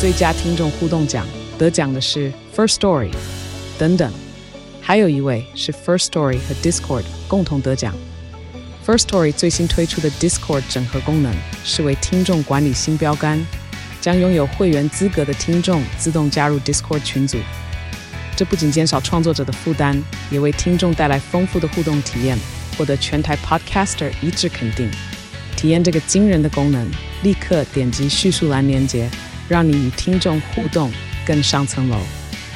最佳听众互动奖，得奖的是 First Story 等等，还有一位是 First Story 和 Discord 共同得奖。First Story 最新推出的 Discord 整合功能是为听众管理新标杆，将拥有会员资格的听众自动加入 Discord 群组。这不仅减少创作者的负担，也为听众带来丰富的互动体验，获得全台 Podcaster 一致肯定。体验这个惊人的功能，立刻点击叙述栏连结，让你与听众互动更上层楼。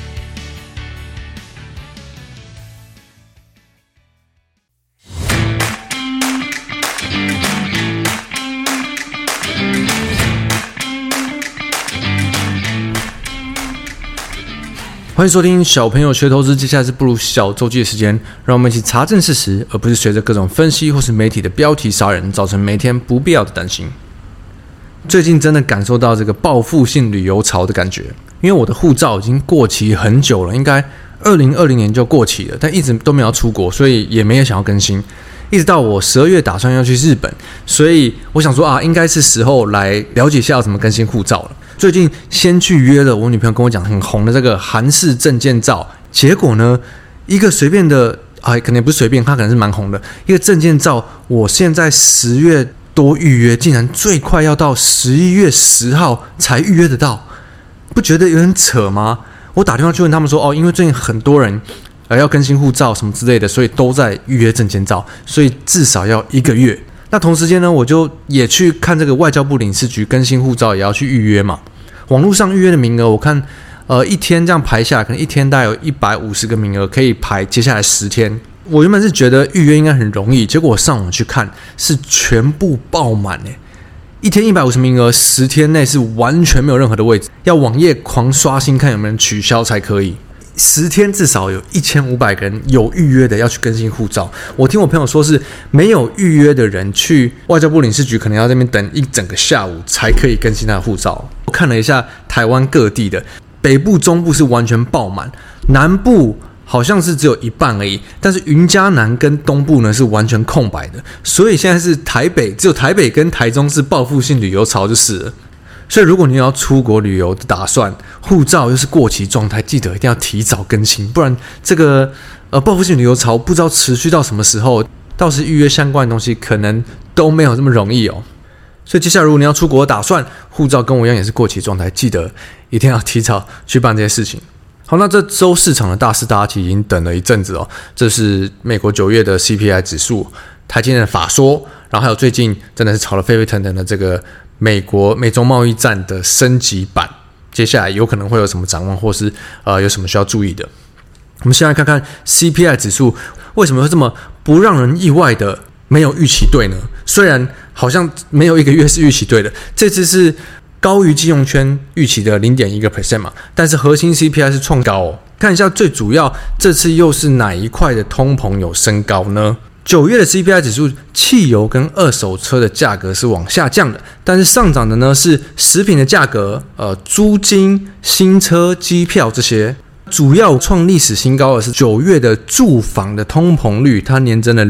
欢迎收听小朋友学投资，接下来是步入小周记的时间，让我们一起查证事实，而不是随着各种分析或是媒体的标题杀人，造成每天不必要的担心。最近真的感受到这个报复性旅游潮的感觉，因为我的护照已经过期很久了，应该2020年就过期了，但一直都没有出国，所以也没有想要更新。一直到我12月打算要去日本，所以我想说应该是时候来了解一下要怎么更新护照了。最近先去约了我女朋友跟我讲很红的这个韩式证件照，结果呢，一个随便的可能也不是随便，它可能是蛮红的一个证件照，我现在10月多预约，竟然最快要到11月10号才预约得到，不觉得有点扯吗？我打电话去问他们说，因为最近很多人要更新护照什么之类的，所以都在预约证件照，所以至少要1个月。那同时间呢，我就也去看这个外交部领事局更新护照，也要去预约嘛。网络上预约的名额，我看一天这样排下来，可能一天大概有150个名额可以排接下来10天。我原本是觉得预约应该很容易，结果我上网去看是全部爆满耶。一天150名额，10天内是完全没有任何的位置，要网页狂刷新看有没有人取消才可以。10天至少有1500个人有预约的要去更新护照。我听我朋友说是没有预约的人去外交部领事局可能要在那边等一整个下午才可以更新他的护照。我看了一下台湾各地的，北部中部是完全爆满，南部好像是只有一半而已，但是云嘉南跟东部呢是完全空白的，所以现在是只有台北跟台中是报复性旅游潮就是了。所以如果你要出国旅游的打算，护照又是过期状态，记得一定要提早更新，不然这个报复性旅游潮不知道持续到什么时候，到时预约相关的东西可能都没有这么容易哦。所以接下来如果你要出国的打算，护照跟我一样也是过期状态，记得一定要提早去办这些事情。好，那这周市场的大事大家其实已经等了一阵子哦，这是美国9月的 CPI 指数，台积电的法说，然后还有最近真的是炒得沸沸腾腾的这个美中贸易战的升级版，接下来有可能会有什么展望，或是有什么需要注意的。我们先来看看 CPI 指数为什么会这么不让人意外的没有预期对呢？虽然好像没有1个月是预期对的，这次是高于金融圈预期的 0.1% 嘛，但是核心 CPI 是创高哦。看一下最主要这次又是哪一块的通膨有升高呢？9月的 CPI 指数，汽油跟二手车的价格是往下降的，但是上涨的呢是食品的价格、租金、新车、机票这些。主要创历史新高的是9月的住房的通膨率，它年增了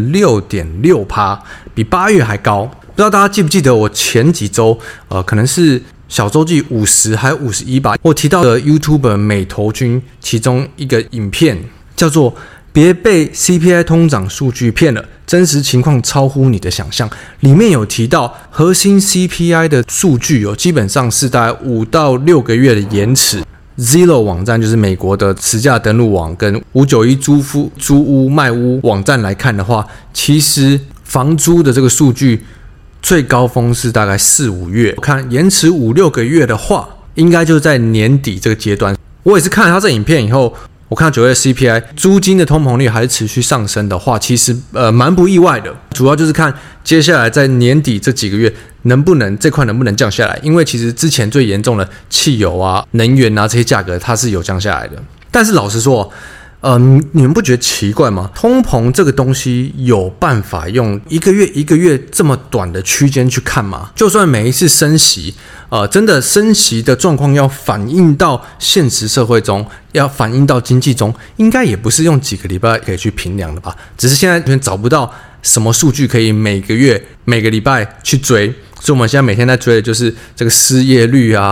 6.6%， 比8月还高。不知道大家记不记得我前几周可能是小周记50还51吧，我提到的 YouTuber 美投君其中一个影片叫做别被 CPI 通胀数据骗了，真实情况超乎你的想象。里面有提到核心 CPI 的数据基本上是大概5到6个月的延迟。Zillow 网站就是美国的实价登录网，跟591租屋卖屋网站来看的话，其实房租的这个数据最高峰是大概4-5月，我看延迟5-6个月的话，应该就是在年底这个阶段。我也是看了他这影片以后，我看到9月 CPI 租金的通膨率还是持续上升的话，其实蛮不意外的。主要就是看接下来在年底这几个月这块能不能降下来，因为其实之前最严重的汽油啊、能源啊这些价格它是有降下来的。但是老实说，你们不觉得奇怪吗？通膨这个东西有办法用一个月这么短的区间去看吗？就算每一次升息，真的升息的状况要反映到现实社会中，要反映到经济中，应该也不是用几个礼拜可以去评量的吧？只是现在找不到什么数据可以每个月、每个礼拜去追，所以我们现在每天在追的就是这个失业率啊、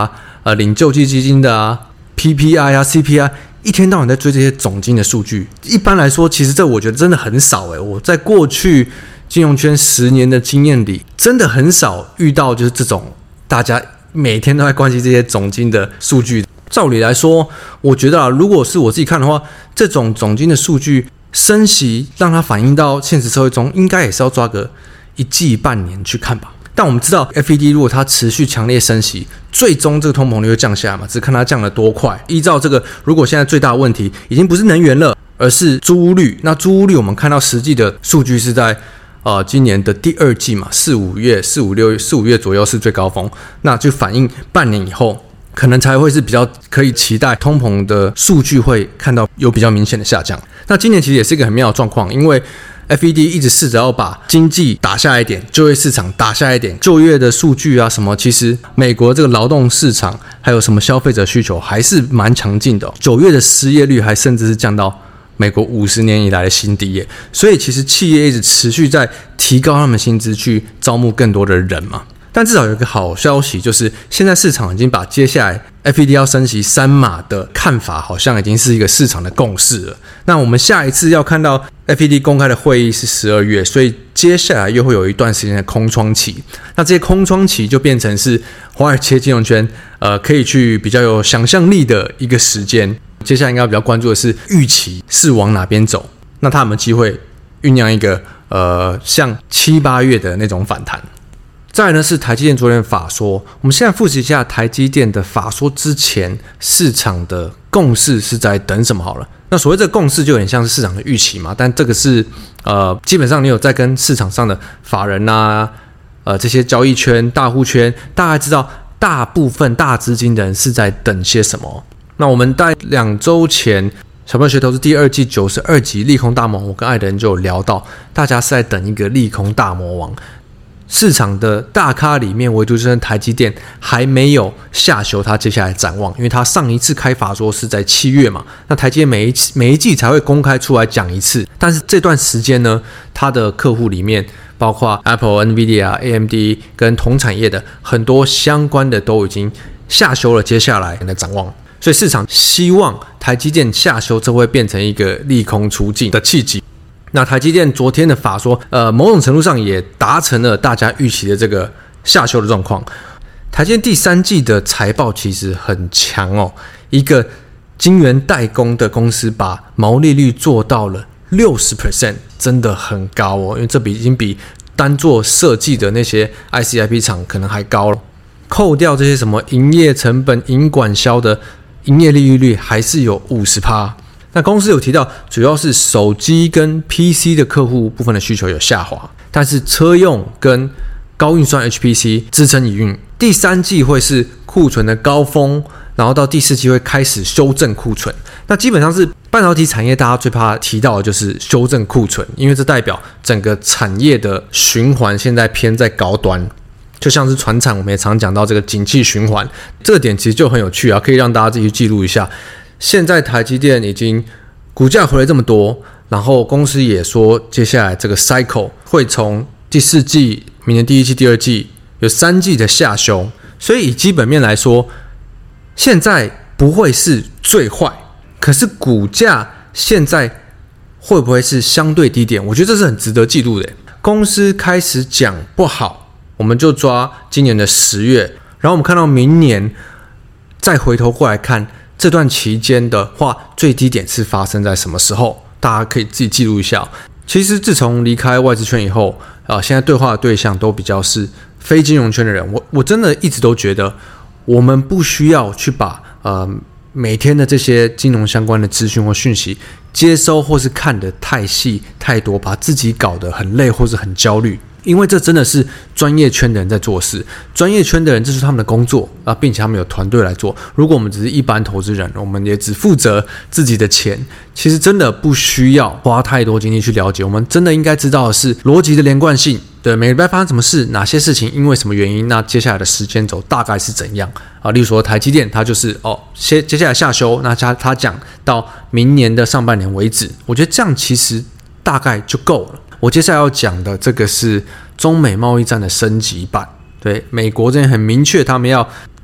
领救济基金的啊、PPI 啊、CPI， 一天到晚在追这些总经的数据。一般来说，其实这我觉得真的很少我在过去金融圈10年的经验里，真的很少遇到就是这种大家每天都在关心这些总经的数据。照理来说，我觉得如果是我自己看的话，这种总经的数据升息让它反映到现实社会中，应该也是要抓个1季半年去看吧。但我们知道 FED 如果它持续强烈升息，最终这个通膨率会降下来嘛，只看它降得多快。依照这个，如果现在最大的问题已经不是能源了，而是租屋率，那租屋率我们看到实际的数据是在今年的第2季嘛，4、5月左右是最高峰，那就反映半年以后可能才会是比较可以期待通膨的数据会看到有比较明显的下降。那今年其实也是一个很妙的状况，因为 FED 一直试着要把经济打下一点，就业市场打下一点，就业的数据啊什么，其实美国这个劳动市场还有什么消费者需求还是蛮强劲的9月的失业率还甚至是降到美国50年以来的新低耶，所以其实企业一直持续在提高他们薪资去招募更多的人嘛。但至少有一个好消息，就是现在市场已经把接下来 FED 要升息3码的看法，好像已经是一个市场的共识了。那我们下一次要看到 FED 公开的会议是12月，所以接下来又会有一段时间的空窗期。那这些空窗期就变成是华尔街金融圈可以去比较有想象力的一个时间。接下来应该比较关注的是预期是往哪边走，那他有没有机会酝酿一个像7、8月的那种反弹。再来呢是台积电昨天的法说，我们现在复习一下台积电的法说之前市场的共识是在等什么好了。那所谓这个共识就有点像是市场的预期嘛，但这个是基本上你有在跟市场上的法人啊这些交易圈大户圈大概知道大部分大资金的人是在等些什么。那我们在2周前小朋友学投资第2季92集利空大魔王，我跟爱的人就有聊到，大家是在等一个利空大魔王。市场的大咖里面，唯独是台积电还没有下修它接下来展望，因为它上一次开法说是在7月嘛，那台积电每一季才会公开出来讲一次，但是这段时间呢，它的客户里面包括 Apple、NVIDIA、AMD 跟同产业的很多相关的都已经下修了接下来的展望，所以市场希望台积电下修，这会变成一个利空出尽的契机。那台积电昨天的法说，某种程度上也达成了大家预期的这个下修的状况。台积电第3季的财报其实很强哦，一个晶圆代工的公司把毛利率做到了 60%， 真的很高哦，因为这已经比单做设计的那些 IC/IP 厂可能还高了。扣掉这些什么营业成本、营管销的营业利率还是有 50%。那公司有提到，主要是手机跟 PC 的客户部分的需求有下滑，但是车用跟高运算 HPC 支撑营运。第3季会是库存的高峰，然后到第4季会开始修正库存。那基本上是半导体产业大家最怕提到的就是修正库存，因为这代表整个产业的循环现在偏在高端。就像是传产，我们也常讲到这个景气循环，这个点其实就很有趣啊，可以让大家自己去记录一下。现在台积电已经股价回来这么多，然后公司也说接下来这个 cycle 会从第4季、明年第1季、第2季有3季的下修，所以以基本面来说，现在不会是最坏，可是股价现在会不会是相对低点？我觉得这是很值得记录的。公司开始讲不好，我们就抓今年的10月，然后我们看到明年再回头过来看。这段期间的话，最低点是发生在什么时候？大家可以自己记录一下。其实自从离开外资圈以后，现在对话的对象都比较是非金融圈的人。我真的一直都觉得，我们不需要去把每天的这些金融相关的资讯或讯息接收或是看得太细太多，把自己搞得很累或是很焦虑。因为这真的是专业圈的人在做事，专业圈的人这是他们的工作啊，并且他们有团队来做。如果我们只是一般投资人，我们也只负责自己的钱，其实真的不需要花太多精力去了解。我们真的应该知道的是逻辑的连贯性，对，每个礼拜发生什么事，哪些事情因为什么原因，那接下来的时间轴大概是怎样啊？例如说台积电，它就是接下来下修，那它讲到明年的上半年为止，我觉得这样其实大概就够了。我接下来要讲的这个是中美贸易战的升级版，对，美国这边很明确，他们要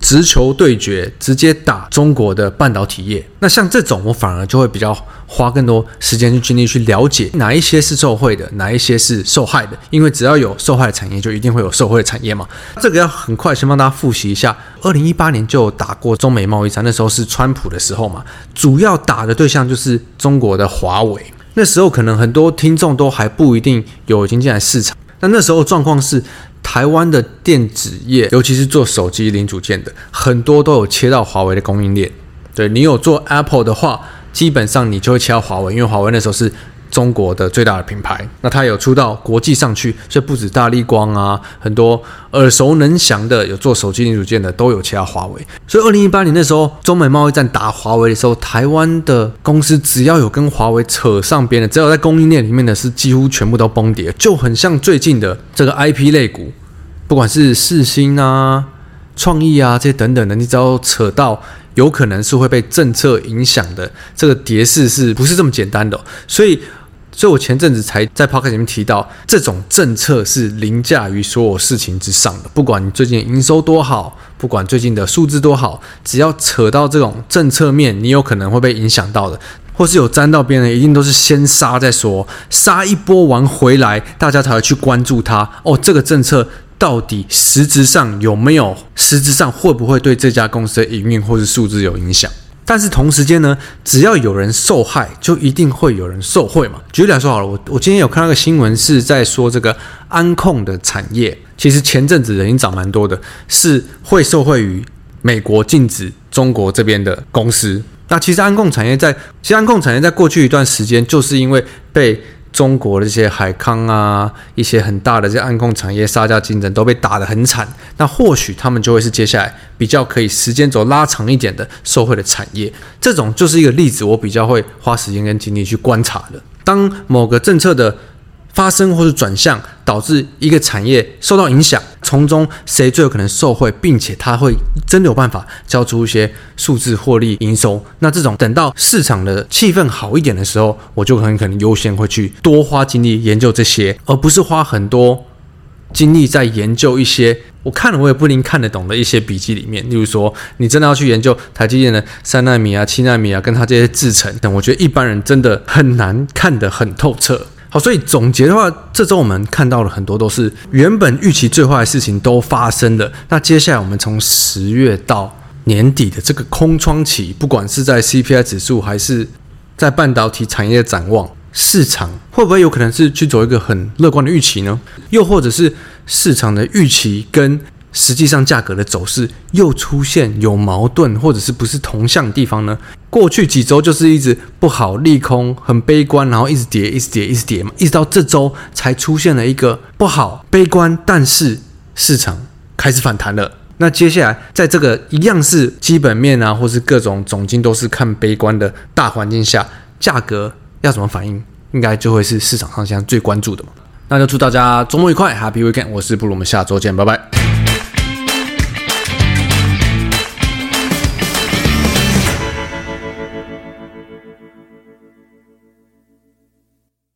直球对决，直接打中国的半导体业。那像这种，我反而就会比较花更多时间去精力去了解哪一些是受惠的，哪一些是受害的。因为只要有受害的产业，就一定会有受惠的产业嘛。这个要很快先帮大家复习一下。2018年就有打过中美贸易战，那时候是川普的时候嘛，主要打的对象就是中国的华为。那时候可能很多听众都还不一定已经进来市场。那时候状况是，台湾的电子业，尤其是做手机零组件的，很多都有切到华为的供应链。对，你有做 Apple 的话，基本上你就会切到华为，因为华为那时候是中国的最大的品牌。那它有出到国际上去，所以不止大立光啊，很多耳熟能详的有做手机零组件的都有切到华为。所以2018年那时候中美贸易战打华为的时候，台湾的公司只要有跟华为扯上边的，只要在供应链里面的，是几乎全部都崩跌，就很像最近的这个 IP 类股，不管是世芯啊、创意啊这些等等的，你只要扯到有可能是会被政策影响的，这个跌势是不是这么简单的？所以我前阵子才在 podcast 里面提到，这种政策是凌驾于所有事情之上的。不管你最近的营收多好，不管最近的数字多好，只要扯到这种政策面，你有可能会被影响到的，或是有沾到边的，一定都是先杀再说，杀一波完回来，大家才会去关注它。这个政策到底实质上有没有，实质上会不会对这家公司的营运或是数字有影响？但是同时间呢，只要有人受害，就一定会有人受惠嘛。举例来说好了，我今天有看到一个新闻，是在说这个安控的产业，其实前阵子已经涨蛮多的，是会受惠于美国禁止中国这边的公司。那其实安控产业在过去一段时间，就是因为被中国的这些海康啊，一些很大的这些安控产业杀价竞争都被打得很惨，那或许他们就会是接下来比较可以时间轴拉长一点的受惠的产业。这种就是一个例子，我比较会花时间跟精力去观察的。当某个政策的发生或是转向，导致一个产业受到影响，从中谁最有可能受惠，并且他会真的有办法交出一些数字获利营收，那这种等到市场的气氛好一点的时候，我就很可能优先会去多花精力研究这些，而不是花很多精力在研究一些我看了我也不一定看得懂的一些笔记里面。例如说你真的要去研究台积电的3奈米啊、7奈米啊，跟它这些制程等，我觉得一般人真的很难看得很透彻。好，所以总结的话，这周我们看到了很多都是原本预期最坏的事情都发生了。那接下来我们从10月到年底的这个空窗期，不管是在 CPI 指数还是在半导体产业的展望，市场会不会有可能是去走一个很乐观的预期呢？又或者是市场的预期跟实际上价格的走势又出现有矛盾，或者是不是同向的地方呢？过去几周就是一直不好、利空、很悲观，然后一直跌嘛，一直到这周才出现了一个不好、悲观，但是市场开始反弹了。那接下来在这个一样是基本面啊，或是各种总经都是看悲观的大环境下，价格要怎么反应，应该就会是市场上现在最关注的嘛。那就祝大家周末愉快 ，Happy Weekend！ 我是布鲁，我们下周见，拜拜。